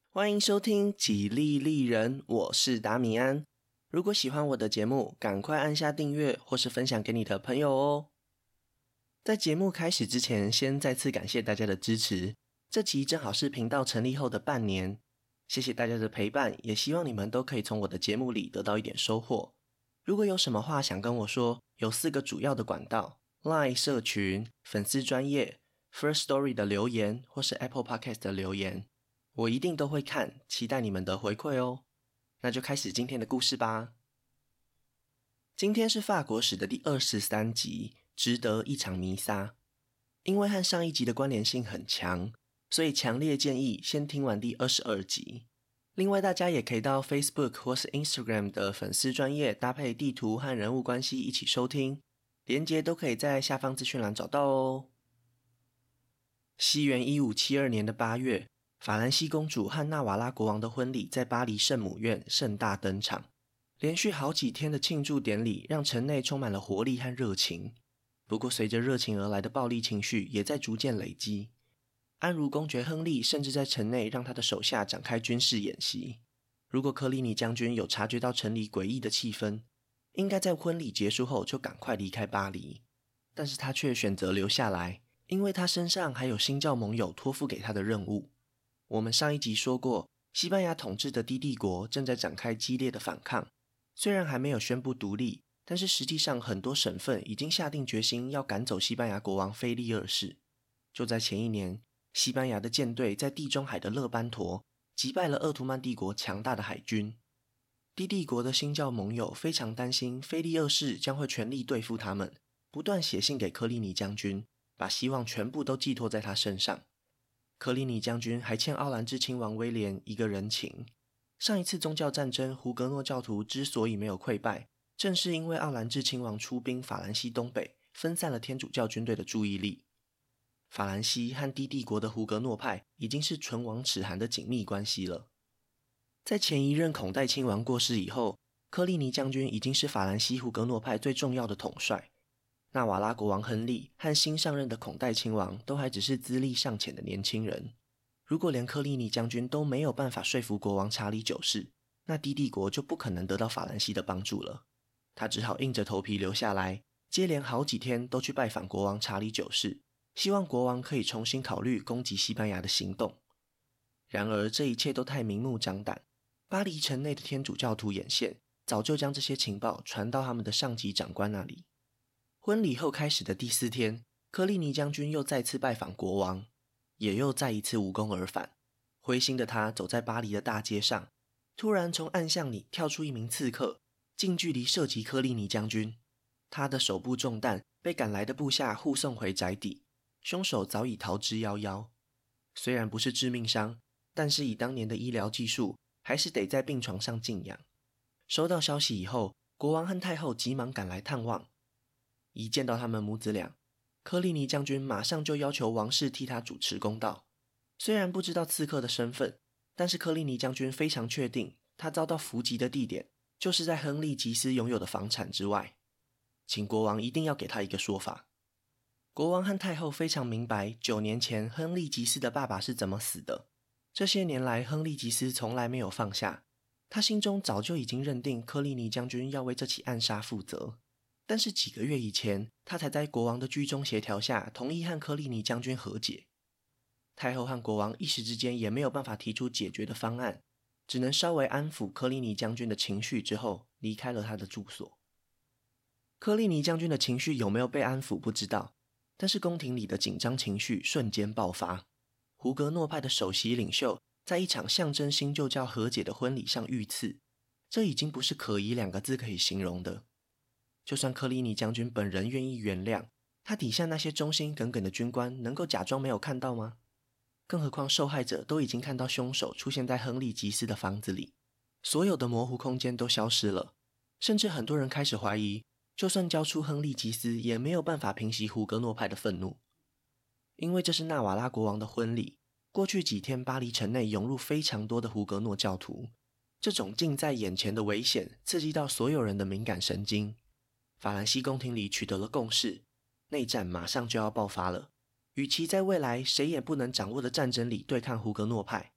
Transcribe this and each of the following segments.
欢迎收听几利利人，我是达米安。如果喜欢我的节目，赶快按下订阅或是分享给你的朋友哦。在节目开始之前，先再次感谢大家的支持。这集正好是频道成立后的半年，谢谢大家的陪伴，也希望你们都可以从我的节目里得到一点收获。如果有什么话想跟我说，有4个主要的管道： LINE 社群、粉丝专页、First Story 的留言或是 Apple Podcast 的留言，我一定都会看，期待你们的回馈哦。那就开始今天的故事吧。今天是法国史的第23集，值得一场弥撒。因为和上一集的关联性很强，所以强烈建议先听完第22集。另外大家也可以到 Facebook 或是 Instagram 的粉丝专页搭配地图和人物关系一起收听，连结都可以在下方资讯栏找到哦。西元1572年的8月，法兰西公主和纳瓦拉国王的婚礼在巴黎圣母院盛大登场。连续好几天的庆祝典礼让城内充满了活力和热情。不过随着热情而来的暴力情绪也在逐渐累积。安茹公爵亨利甚至在城内让他的手下展开军事演习。如果科利尼将军有察觉到城里诡异的气氛，应该在婚礼结束后就赶快离开巴黎。但是他却选择留下来，因为他身上还有新教盟友托付给他的任务。我们上一集说过，西班牙统治的低帝国正在展开激烈的反抗。虽然还没有宣布独立，但是实际上很多省份已经下定决心要赶走西班牙国王腓力二世。就在前一年，西班牙的舰队在地中海的勒班陀击败了鄂图曼帝国强大的海军。低帝国的新教盟友非常担心腓力二世将会全力对付他们，不断写信给科利尼将军，把希望全部都寄托在他身上。科利尼将军还欠奥兰治亲王威廉一个人情。上一次宗教战争，胡格诺教徒之所以没有溃败，正是因为奥兰治亲王出兵法兰西东北，分散了天主教军队的注意力。法兰西和低帝国的胡格诺派已经是唇亡齿寒的紧密关系了。在前一任孔代亲王过世以后，科利尼将军已经是法兰西胡格诺派最重要的统帅。纳瓦拉国王亨利和新上任的孔代亲王都还只是资历尚浅的年轻人。如果连科利尼将军都没有办法说服国王查理九世，那低帝国就不可能得到法兰西的帮助了。他只好硬着头皮留下来，接连好几天都去拜访国王查理九世，希望国王可以重新考虑攻击西班牙的行动。然而这一切都太明目张胆，巴黎城内的天主教徒眼线早就将这些情报传到他们的上级长官那里。婚礼后开始的第4天，科利尼将军又再次拜访国王，也又再一次无功而返。灰心的他走在巴黎的大街上，突然从暗巷里跳出一名刺客，近距离射击科利尼将军。他的手部中弹，被赶来的部下护送回宅邸，凶手早已逃之夭夭。虽然不是致命伤，但是以当年的医疗技术，还是得在病床上静养。收到消息以后，国王和太后急忙赶来探望。一见到他们母子俩，科利尼将军马上就要求王室替他主持公道。虽然不知道刺客的身份，但是科利尼将军非常确定他遭到伏击的地点就是在亨利吉斯拥有的房产之外，请国王一定要给他一个说法。国王和太后非常明白9年前亨利吉斯的爸爸是怎么死的。这些年来亨利吉斯从来没有放下，他心中早就已经认定科利尼将军要为这起暗杀负责。但是几个月以前，他才在国王的居中协调下同意和科利尼将军和解。太后和国王一时之间也没有办法提出解决的方案，只能稍微安抚科利尼将军的情绪之后离开了他的住所。科利尼将军的情绪有没有被安抚不知道，但是宫廷里的紧张情绪瞬间爆发。胡格诺派的首席领袖在一场象征新旧教和解的婚礼上遇刺，这已经不是可疑2个字可以形容的。就算科利尼将军本人愿意原谅，他底下那些忠心耿耿的军官能够假装没有看到吗？更何况受害者都已经看到凶手出现在亨利吉斯的房子里，所有的模糊空间都消失了。甚至很多人开始怀疑，就算交出亨利吉斯也没有办法平息胡格诺派的愤怒。因为这是纳瓦拉国王的婚礼，过去几天巴黎城内涌入非常多的胡格诺教徒，这种近在眼前的危险刺激到所有人的敏感神经。法兰西宫廷里取得了共识，内战马上就要爆发了。与其在未来谁也不能掌握的战争里对抗胡格诺派，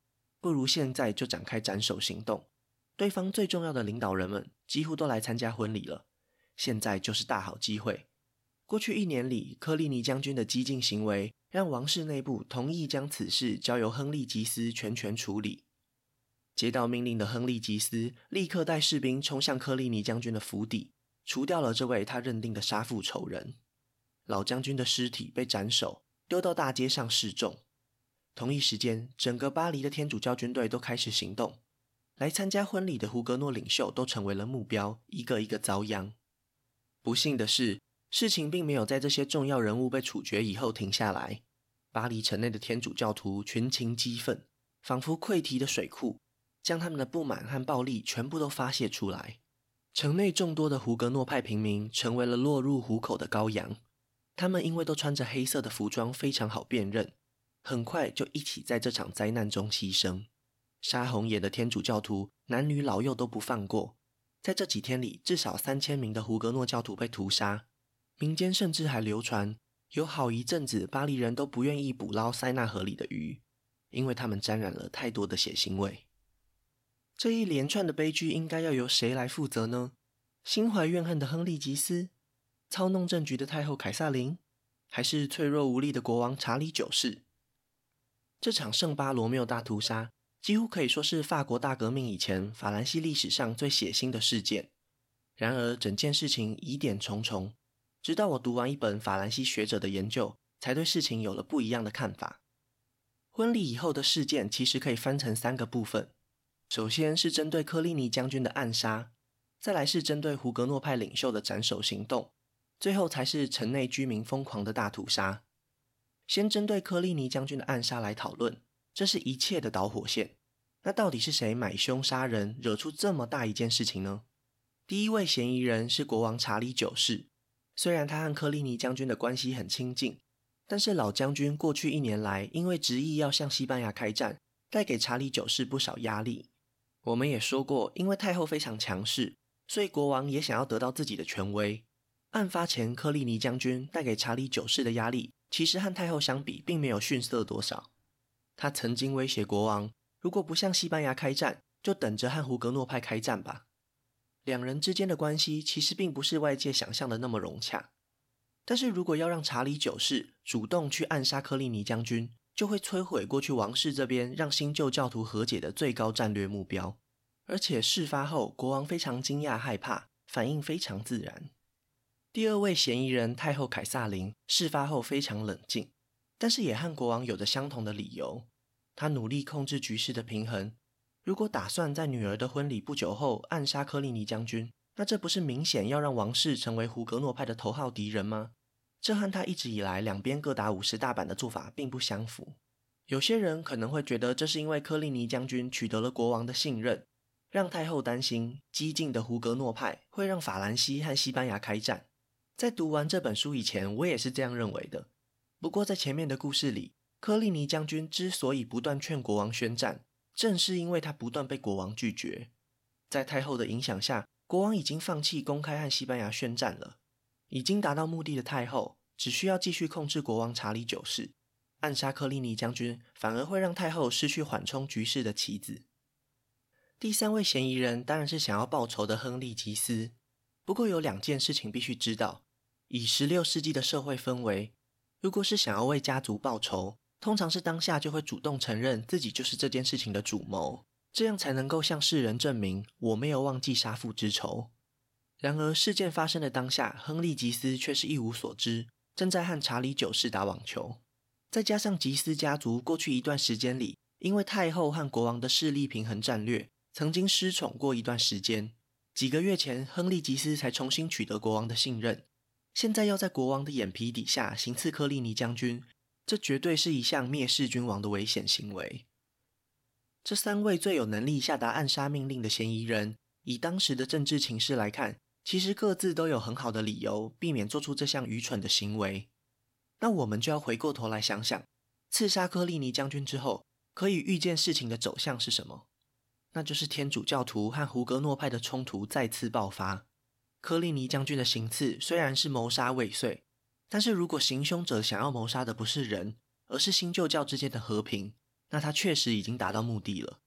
不如现在就展开斩首行动。对方最重要的领导人们几乎都来参加婚礼了，现在就是大好机会。过去1年里，科利尼将军的激进行为让王室内部同意将此事交由亨利吉斯全权处理。接到命令的亨利吉斯立刻带士兵冲向科利尼将军的府邸，除掉了这位他认定的杀父仇人。老将军的尸体被斩首，丢到大街上示众。同一时间，整个巴黎的天主教军队都开始行动，来参加婚礼的胡格诺领袖都成为了目标，一个一个遭殃。不幸的是，事情并没有在这些重要人物被处决以后停下来。巴黎城内的天主教徒群情激愤，仿佛溃堤的水库，将他们的不满和暴力全部都发泄出来。城内众多的胡格诺派平民成为了落入虎口的羔羊，他们因为都穿着黑色的服装，非常好辨认，很快就一起在这场灾难中牺牲。杀红眼的天主教徒男女老幼都不放过，在这几天里，至少3000名的胡格诺教徒被屠杀。民间甚至还流传，有好一阵子巴黎人都不愿意捕捞塞纳河里的鱼，因为他们沾染了太多的血腥味。这一连串的悲剧应该要由谁来负责呢？心怀怨恨的亨利吉斯，操弄政局的太后凯撒琳，还是脆弱无力的国王查理九世？这场圣巴罗缪大屠杀几乎可以说是法国大革命以前法兰西历史上最血腥的事件。然而整件事情疑点重重，直到我读完一本法兰西学者的研究，才对事情有了不一样的看法。婚礼以后的事件其实可以分成3个部分，首先是针对科利尼将军的暗杀，再来是针对胡格诺派领袖的斩首行动，最后才是城内居民疯狂的大屠杀。先针对科利尼将军的暗杀来讨论，这是一切的导火线。那到底是谁买凶杀人，惹出这么大一件事情呢？第一位嫌疑人是国王查理九世。虽然他和科利尼将军的关系很亲近，但是老将军过去1年来因为执意要向西班牙开战，带给查理九世不少压力。我们也说过，因为太后非常强势，所以国王也想要得到自己的权威。案发前，科利尼将军带给查理九世的压力其实和太后相比并没有逊色多少。他曾经威胁国王，如果不向西班牙开战，就等着和胡格诺派开战吧。两人之间的关系其实并不是外界想象的那么融洽。但是如果要让查理九世主动去暗杀科利尼将军，就会摧毁过去王室这边让新旧教徒和解的最高战略目标。而且事发后，国王非常惊讶害怕，反应非常自然。第二位嫌疑人太后凯撒琳事发后非常冷静，但是也和国王有着相同的理由。她努力控制局势的平衡，如果打算在女儿的婚礼不久后暗杀科利尼将军，那这不是明显要让王室成为胡格诺派的头号敌人吗？这和他一直以来两边各打50大板的做法并不相符。有些人可能会觉得这是因为科利尼将军取得了国王的信任，让太后担心激进的胡格诺派会让法兰西和西班牙开战。在读完这本书以前，我也是这样认为的。不过在前面的故事里，科利尼将军之所以不断劝国王宣战，正是因为他不断被国王拒绝。在太后的影响下，国王已经放弃公开和西班牙宣战了。已经达到目的的太后只需要继续控制国王查理九世，暗杀科利尼将军反而会让太后失去缓冲局势的棋子。第三位嫌疑人当然是想要报仇的亨利吉斯。不过有2件事情必须知道。以16世纪的社会氛围，如果是想要为家族报仇，通常是当下就会主动承认自己就是这件事情的主谋，这样才能够向世人证明我没有忘记杀父之仇。然而事件发生的当下，亨利吉斯却是一无所知，正在和查理九世打网球。再加上吉斯家族过去一段时间里，因为太后和国王的势力平衡战略，曾经失宠过一段时间。几个月前，亨利吉斯才重新取得国王的信任，现在要在国王的眼皮底下行刺科利尼将军，这绝对是一项蔑视君王的危险行为。这3位最有能力下达暗杀命令的嫌疑人，以当时的政治情势来看，其实各自都有很好的理由避免做出这项愚蠢的行为。那我们就要回过头来想想，刺杀科利尼将军之后，可以预见事情的走向是什么？那就是天主教徒和胡格诺派的冲突再次爆发。科利尼将军的行刺虽然是谋杀未遂，但是如果行凶者想要谋杀的不是人，而是新旧教之间的和平，那他确实已经达到目的了。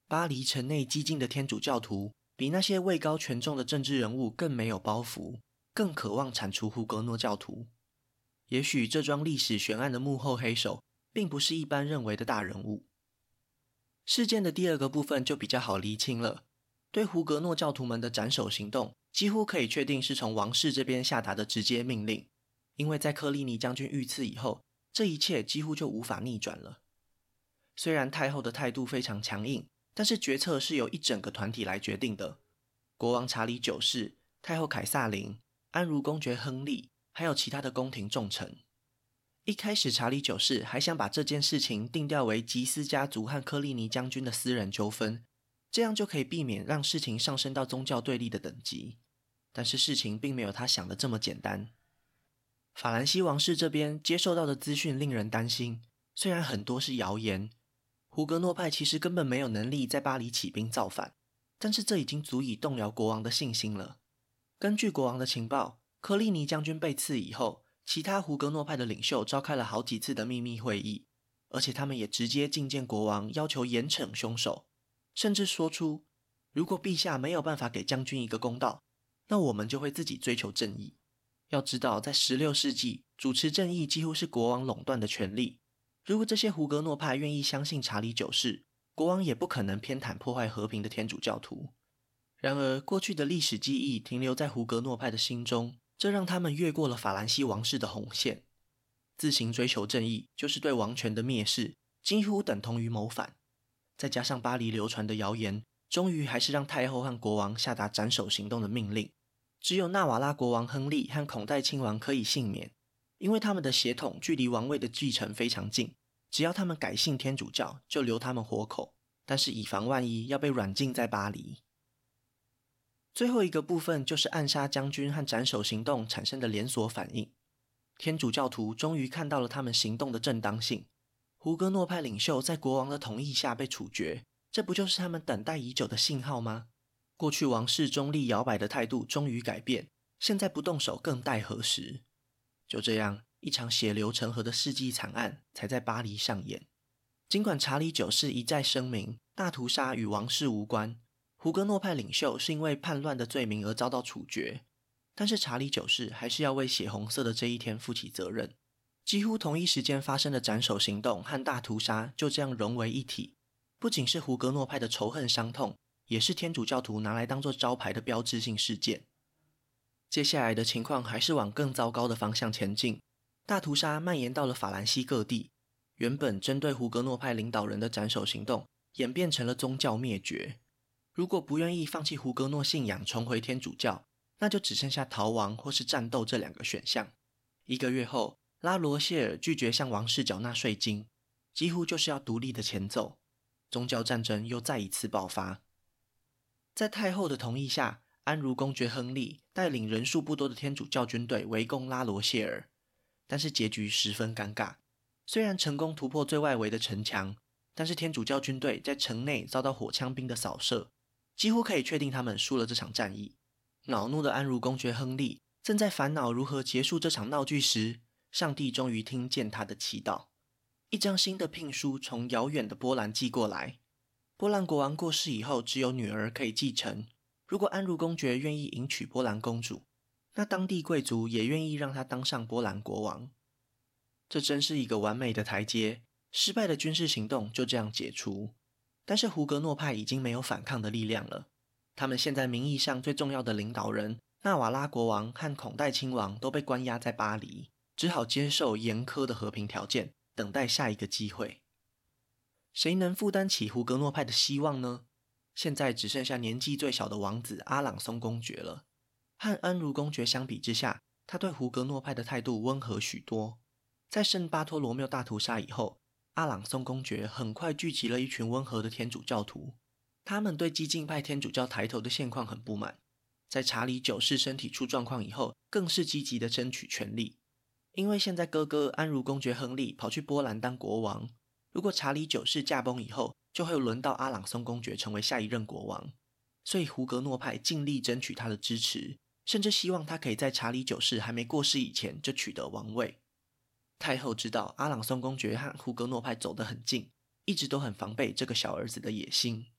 巴黎城内激进的天主教徒比那些位高权重的政治人物更没有包袱，更渴望铲除胡格诺教徒。也许这桩历史悬案的幕后黑手并不是一般认为的大人物。事件的第二个部分就比较好厘清了，对胡格诺教徒们的斩首行动几乎可以确定是从王室这边下达的直接命令，因为在科利尼将军遇刺以后，这一切几乎就无法逆转了。虽然太后的态度非常强硬，但是决策是由一整个团体来决定的。国王查理九世、太后凯撒琳、安茹公爵亨利，还有其他的宫廷重臣。一开始查理九世还想把这件事情定调为吉斯家族和科利尼将军的私人纠纷，这样就可以避免让事情上升到宗教对立的等级。但是事情并没有他想的这么简单。法兰西王室这边接受到的资讯令人担心，虽然很多是谣言，胡格诺派其实根本没有能力在巴黎起兵造反，但是这已经足以动摇国王的信心了。根据国王的情报，科利尼将军被刺以后，其他胡格诺派的领袖召开了好几次的秘密会议，而且他们也直接觐见国王，要求严惩凶手，甚至说出，如果陛下没有办法给将军一个公道，那我们就会自己追求正义。要知道，在16世纪，主持正义几乎是国王垄断的权利。如果这些胡格诺派愿意相信查理九世，国王也不可能偏袒破坏和平的天主教徒。然而，过去的历史记忆停留在胡格诺派的心中，这让他们越过了法兰西王室的红线。自行追求正义，就是对王权的蔑视，几乎等同于谋反。再加上巴黎流传的谣言，终于还是让太后和国王下达斩首行动的命令。只有纳瓦拉国王亨利和孔代亲王可以幸免，因为他们的血统距离王位的继承非常近，只要他们改信天主教，就留他们活口，但是以防万一，要被软禁在巴黎。最后一个部分就是暗杀将军和斩首行动产生的连锁反应。天主教徒终于看到了他们行动的正当性，胡格诺派领袖在国王的同意下被处决，这不就是他们等待已久的信号吗？过去王室中立摇摆的态度终于改变，现在不动手更待何时？就这样，一场血流成河的世纪惨案才在巴黎上演。尽管查理九世一再声明大屠杀与王室无关，胡格诺派领袖是因为叛乱的罪名而遭到处决，但是查理九世还是要为血红色的这一天负起责任。几乎同一时间发生的斩首行动和大屠杀就这样融为一体，不仅是胡格诺派的仇恨伤痛，也是天主教徒拿来当作招牌的标志性事件。接下来的情况还是往更糟糕的方向前进，大屠杀蔓延到了法兰西各地，原本针对胡格诺派领导人的斩首行动演变成了宗教灭绝。如果不愿意放弃胡格诺信仰重回天主教，那就只剩下逃亡或是战斗这两个选项。1个月后，拉罗谢尔拒绝向王室缴纳税金，几乎就是要独立的前奏。宗教战争又再一次爆发。在太后的同意下，安茹公爵亨利带领人数不多的天主教军队围攻拉罗谢尔，但是结局十分尴尬。虽然成功突破最外围的城墙，但是天主教军队在城内遭到火枪兵的扫射，几乎可以确定他们输了这场战役。恼怒的安茹公爵亨利正在烦恼如何结束这场闹剧时，上帝终于听见他的祈祷。一张新的聘书从遥远的波兰寄过来。波兰国王过世以后，只有女儿可以继承。如果安茹公爵愿意迎娶波兰公主，那当地贵族也愿意让他当上波兰国王。这真是一个完美的台阶，失败的军事行动就这样解除。但是胡格诺派已经没有反抗的力量了，他们现在名义上最重要的领导人纳瓦拉国王和孔代亲王都被关押在巴黎，只好接受严苛的和平条件，等待下一个机会。谁能负担起胡格诺派的希望呢？现在只剩下年纪最小的王子阿朗松公爵了。和安茹公爵相比之下，他对胡格诺派的态度温和许多。在圣巴托罗缪大屠杀以后，阿朗松公爵很快聚集了一群温和的天主教徒，他们对激进派天主教抬头的现况很不满。在查理九世身体出状况以后，更是积极的争取权力。因为现在哥哥安茹公爵亨利跑去波兰当国王，如果查理九世驾崩以后，就会轮到阿朗松公爵成为下一任国王，所以胡格诺派尽力争取他的支持，甚至希望他可以在查理九世还没过世以前就取得王位。太后知道阿朗松公爵和胡格诺派走得很近，一直都很防备这个小儿子的野心。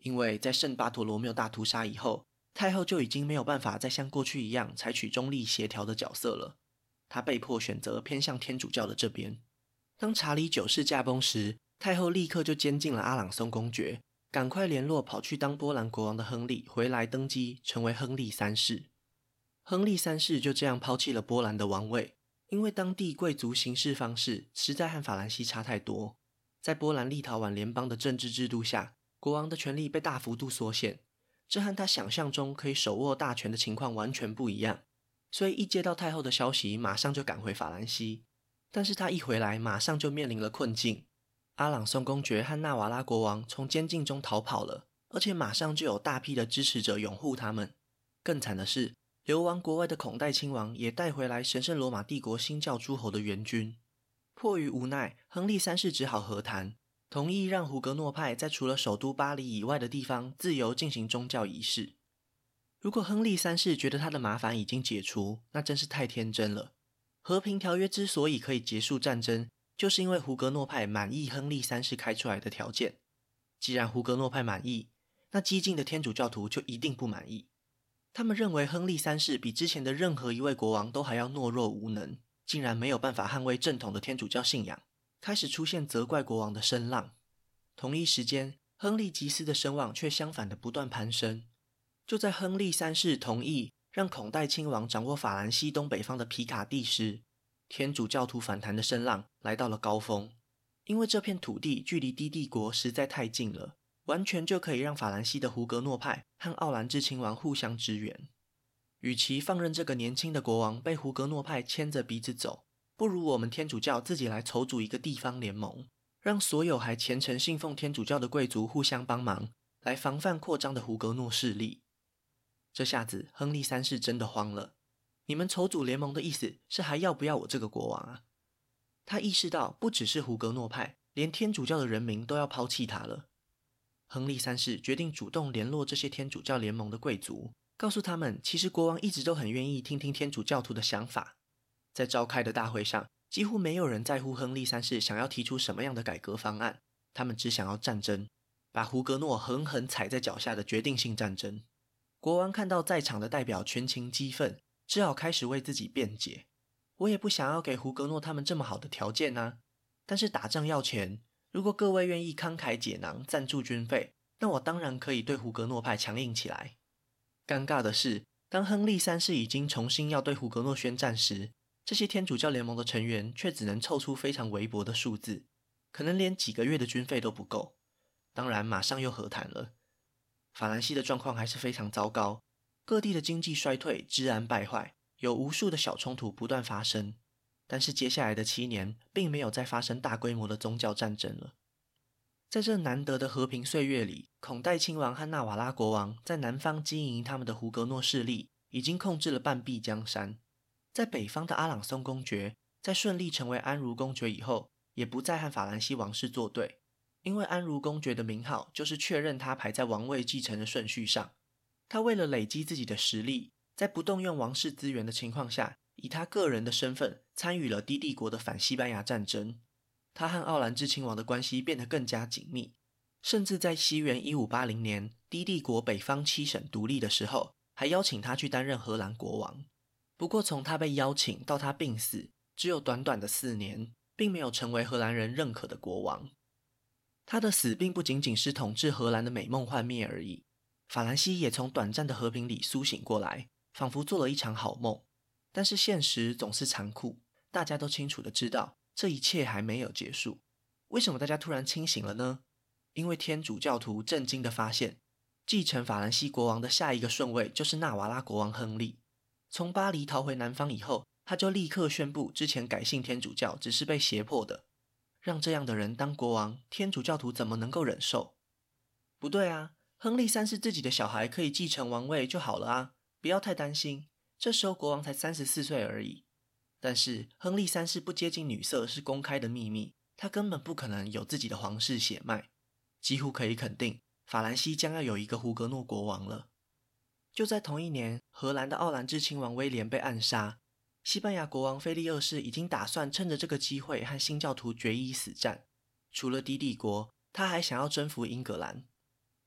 因为在圣巴陀罗缪大屠杀以后，太后就已经没有办法再像过去一样采取中立协调的角色了，她被迫选择偏向天主教的这边。当查理九世驾崩时，太后立刻就监禁了阿朗松公爵，赶快联络跑去当波兰国王的亨利回来登基，成为亨利三世。亨利三世就这样抛弃了波兰的王位，因为当地贵族行事方式实在和法兰西差太多。在波兰立陶宛联邦的政治制度下，国王的权力被大幅度缩限，这和他想象中可以手握大权的情况完全不一样。所以一接到太后的消息，马上就赶回法兰西。但是他一回来，马上就面临了困境。阿朗松公爵和纳瓦拉国王从监禁中逃跑了，而且马上就有大批的支持者拥护他们。更惨的是，流亡国外的孔代亲王也带回来神圣罗马帝国新教诸侯的援军。迫于无奈，亨利三世只好和谈，同意让胡格诺派在除了首都巴黎以外的地方自由进行宗教仪式。如果亨利三世觉得他的麻烦已经解除，那真是太天真了。和平条约之所以可以结束战争，就是因为胡格诺派满意亨利三世开出来的条件。既然胡格诺派满意，那激进的天主教徒就一定不满意。他们认为亨利三世比之前的任何一位国王都还要懦弱无能，竟然没有办法捍卫正统的天主教信仰，开始出现责怪国王的声浪。同一时间，亨利吉斯的声望却相反的不断攀升。就在亨利三世同意让孔代亲王掌握法兰西东北方的皮卡蒂时，天主教徒反弹的声浪来到了高峰。因为这片土地距离低帝国实在太近了，完全就可以让法兰西的胡格诺派和奥兰治亲王互相支援。与其放任这个年轻的国王被胡格诺派牵着鼻子走，不如我们天主教自己来筹组一个地方联盟，让所有还虔诚信奉天主教的贵族互相帮忙，来防范扩张的胡格诺势力。这下子亨利三世真的慌了，你们筹组联盟的意思是还要不要我这个国王啊？他意识到不只是胡格诺派，连天主教的人民都要抛弃他了。亨利三世决定主动联络这些天主教联盟的贵族，告诉他们其实国王一直都很愿意听听天主教徒的想法。在召开的大会上，几乎没有人在乎亨利三世想要提出什么样的改革方案，他们只想要战争，把胡格诺狠狠踩在脚下的决定性战争。国王看到在场的代表群情激愤，只好开始为自己辩解。我也不想要给胡格诺他们这么好的条件啊，但是打仗要钱，如果各位愿意慷慨解囊赞助军费，那我当然可以对胡格诺派强硬起来。尴尬的是，当亨利三世已经重新要对胡格诺宣战时，这些天主教联盟的成员却只能凑出非常微薄的数字，可能连几个月的军费都不够。当然马上又和谈了。法兰西的状况还是非常糟糕，各地的经济衰退，治安败坏，有无数的小冲突不断发生。但是接下来的7年并没有再发生大规模的宗教战争了。在这难得的和平岁月里，孔代亲王和纳瓦拉国王在南方经营他们的胡格诺势力，已经控制了半壁江山。在北方的阿朗松公爵，在顺利成为安茹公爵以后，也不再和法兰西王室作对，因为安茹公爵的名号就是确认他排在王位继承的顺序上。他为了累积自己的实力，在不动用王室资源的情况下，以他个人的身份参与了低帝国的反西班牙战争。他和奥兰治亲王的关系变得更加紧密，甚至在西元1580年低帝国北方7省独立的时候，还邀请他去担任荷兰国王。不过从他被邀请到他病死，只有短短的4年，并没有成为荷兰人认可的国王。他的死并不仅仅是统治荷兰的美梦幻灭而已，法兰西也从短暂的和平里苏醒过来，仿佛做了一场好梦。但是现实总是残酷，大家都清楚地知道这一切还没有结束。为什么大家突然清醒了呢？因为天主教徒震惊地发现，继承法兰西国王的下一个顺位就是纳瓦拉国王亨利。从巴黎逃回南方以后，他就立刻宣布之前改信天主教只是被胁迫的。让这样的人当国王，天主教徒怎么能够忍受？不对啊，亨利三世自己的小孩可以继承王位就好了啊，不要太担心。这时候国王才34岁而已。但是亨利三世不接近女色是公开的秘密，他根本不可能有自己的皇室血脉。几乎可以肯定，法兰西将要有一个胡格诺国王了。就在同一年，荷兰的奥兰治亲王威廉被暗杀，西班牙国王腓力2世已经打算趁着这个机会和新教徒决一死战。除了低帝国，他还想要征服英格兰。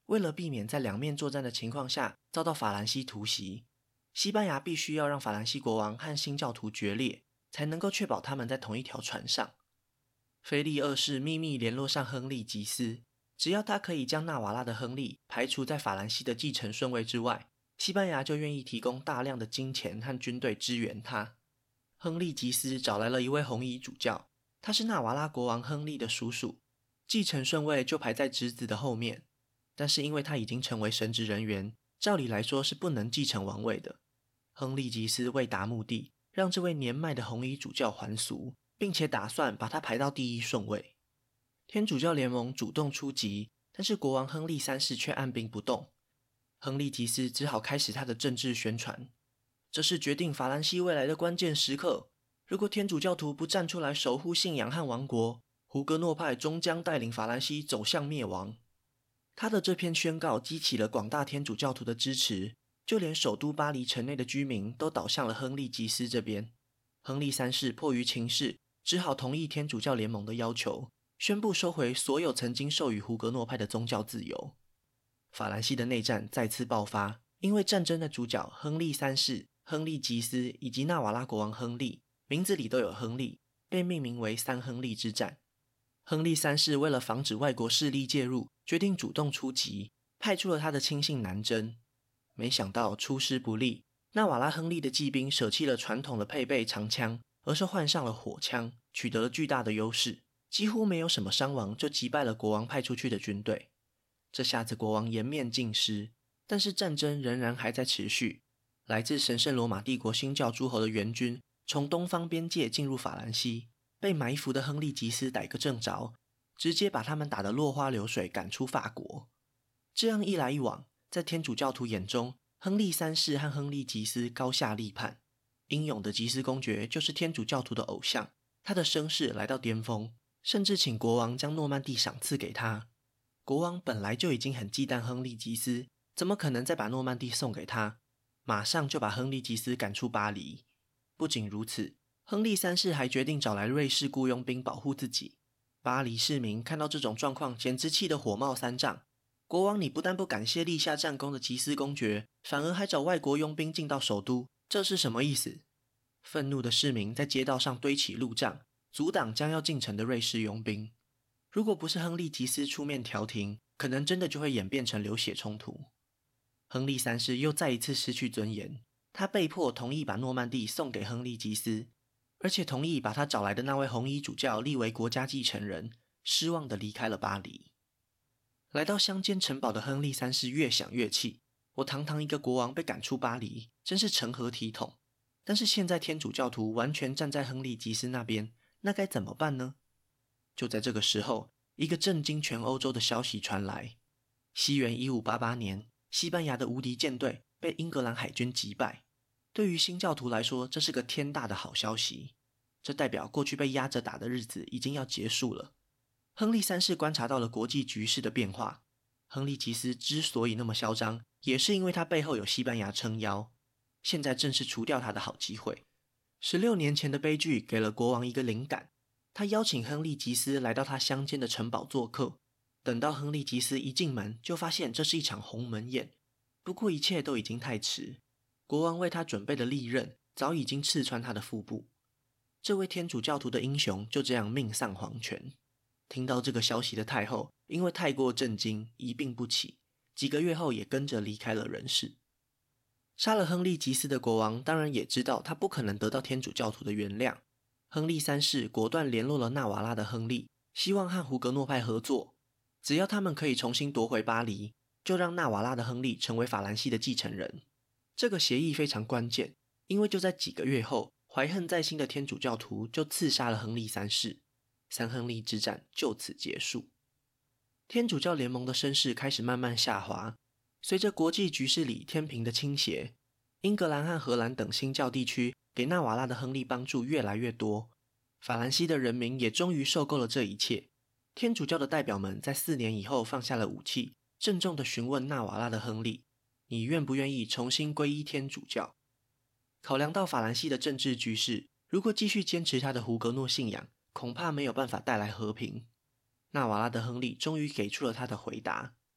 为了避免在两面作战的情况下遭到法兰西突袭，西班牙必须要让法兰西国王和新教徒决裂，才能够确保他们在同一条船上。腓力二世秘密联络上亨利吉斯，只要他可以将纳瓦拉的亨利排除在法兰西的继承顺位之外，西班牙就愿意提供大量的金钱和军队支援他。亨利吉斯找来了一位红衣主教，他是纳瓦拉国王亨利的叔叔，继承顺位就排在侄子的后面，但是因为他已经成为神职人员，照理来说是不能继承王位的。亨利吉斯为达目的，让这位年迈的红衣主教还俗，并且打算把他排到第一顺位。天主教联盟主动出击，但是国王亨利三世却按兵不动。亨利吉斯只好开始他的政治宣传，这是决定法兰西未来的关键时刻，如果天主教徒不站出来守护信仰和王国，胡格诺派终将带领法兰西走向灭亡。他的这篇宣告激起了广大天主教徒的支持，就连首都巴黎城内的居民都倒向了亨利吉斯这边。亨利三世迫于情势，只好同意天主教联盟的要求，宣布收回所有曾经授予胡格诺派的宗教自由。法兰西的内战再次爆发，因为战争的主角亨利三世、亨利吉斯以及纳瓦拉国王亨利，名字里都有亨利，被命名为三亨利之战。亨利三世为了防止外国势力介入，决定主动出击，派出了他的亲信南征。没想到出师不利，纳瓦拉亨利的骑兵舍弃了传统的配备长枪，而是换上了火枪，取得了巨大的优势，几乎没有什么伤亡就击败了国王派出去的军队。这下子国王颜面尽失，但是战争仍然还在持续。来自神圣罗马帝国新教诸侯的援军从东方边界进入法兰西，被埋伏的亨利吉斯逮个正着，直接把他们打得落花流水，赶出法国。这样一来一往，在天主教徒眼中，亨利三世和亨利吉斯高下立判。英勇的吉斯公爵就是天主教徒的偶像，他的声势来到巅峰，甚至请国王将诺曼第赏赐给他。国王本来就已经很忌惮亨利吉斯，怎么可能再把诺曼第送给他？马上就把亨利吉斯赶出巴黎。不仅如此，亨利三世还决定找来瑞士雇佣兵保护自己。巴黎市民看到这种状况，简直气得火冒三丈。国王，你不但不感谢立下战功的吉斯公爵，反而还找外国佣兵进到首都，这是什么意思？愤怒的市民在街道上堆起路障，阻挡将要进城的瑞士佣兵。如果不是亨利吉斯出面调停，可能真的就会演变成流血冲突。亨利三世又再一次失去尊严，他被迫同意把诺曼第送给亨利吉斯，而且同意把他找来的那位红衣主教立为国家继承人，失望地离开了巴黎。来到乡间城堡的亨利三世越想越气，我堂堂一个国王被赶出巴黎，真是成何体统？但是现在天主教徒完全站在亨利吉斯那边，那该怎么办呢？就在这个时候，一个震惊全欧洲的消息传来。西元1588年，西班牙的无敌舰队被英格兰海军击败。对于新教徒来说，这是个天大的好消息。这代表过去被压着打的日子已经要结束了。亨利三世观察到了国际局势的变化。亨利吉斯之所以那么嚣张，也是因为他背后有西班牙撑腰。现在正是除掉他的好机会。16年前的悲剧给了国王一个灵感，他邀请亨利吉斯来到他乡间的城堡做客。等到亨利吉斯一进门，就发现这是一场鸿门宴。不过一切都已经太迟，国王为他准备的利刃早已经刺穿他的腹部。这位天主教徒的英雄就这样命丧黄泉。听到这个消息的太后，因为太过震惊，一病不起，几个月后也跟着离开了人世。杀了亨利吉斯的国王当然也知道他不可能得到天主教徒的原谅。亨利三世果断联络了纳瓦拉的亨利，希望和胡格诺派合作，只要他们可以重新夺回巴黎，就让纳瓦拉的亨利成为法兰西的继承人。这个协议非常关键，因为就在几个月后，怀恨在心的天主教徒就刺杀了亨利三世，三亨利之战就此结束。天主教联盟的声势开始慢慢下滑，随着国际局势里天平的倾斜，英格兰和荷兰等新教地区给纳瓦拉的亨利帮助越来越多，法兰西的人民也终于受够了这一切。天主教的代表们在4年以后放下了武器，郑重地询问纳瓦拉的亨利，你愿不愿意重新皈依天主教？考量到法兰西的政治局势，如果继续坚持他的胡格诺信仰，恐怕没有办法带来和平。纳瓦拉的亨利终于给出了他的回答。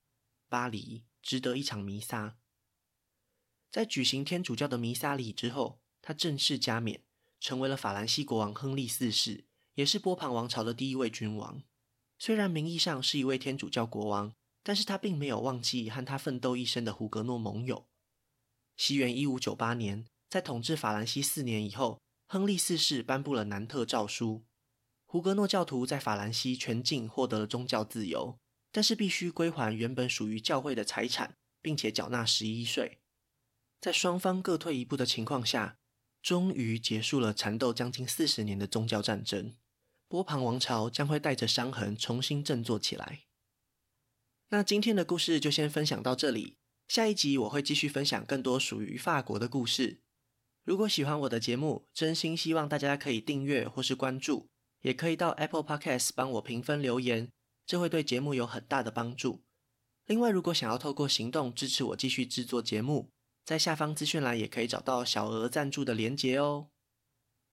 巴黎，值得一场弥撒。在举行天主教的弥撒礼之后，他正式加冕，成为了法兰西国王亨利四世，也是波旁王朝的第一位君王。虽然名义上是一位天主教国王，但是他并没有忘记和他奋斗一生的胡格诺盟友。西元1598年，在统治法兰西4年以后，亨利四世颁布了南特诏书，胡格诺教徒在法兰西全境获得了宗教自由，但是必须归还原本属于教会的财产，并且缴纳11税。在双方各退一步的情况下，终于结束了缠斗将近40年的宗教战争。波旁王朝将会带着伤痕重新振作起来。那今天的故事就先分享到这里，下一集我会继续分享更多属于法国的故事。如果喜欢我的节目，真心希望大家可以订阅或是关注，也可以到 Apple Podcast 帮我评分留言，这会对节目有很大的帮助。另外，如果想要透过行动支持我继续制作节目，在下方资讯栏也可以找到小额赞助的连结哦。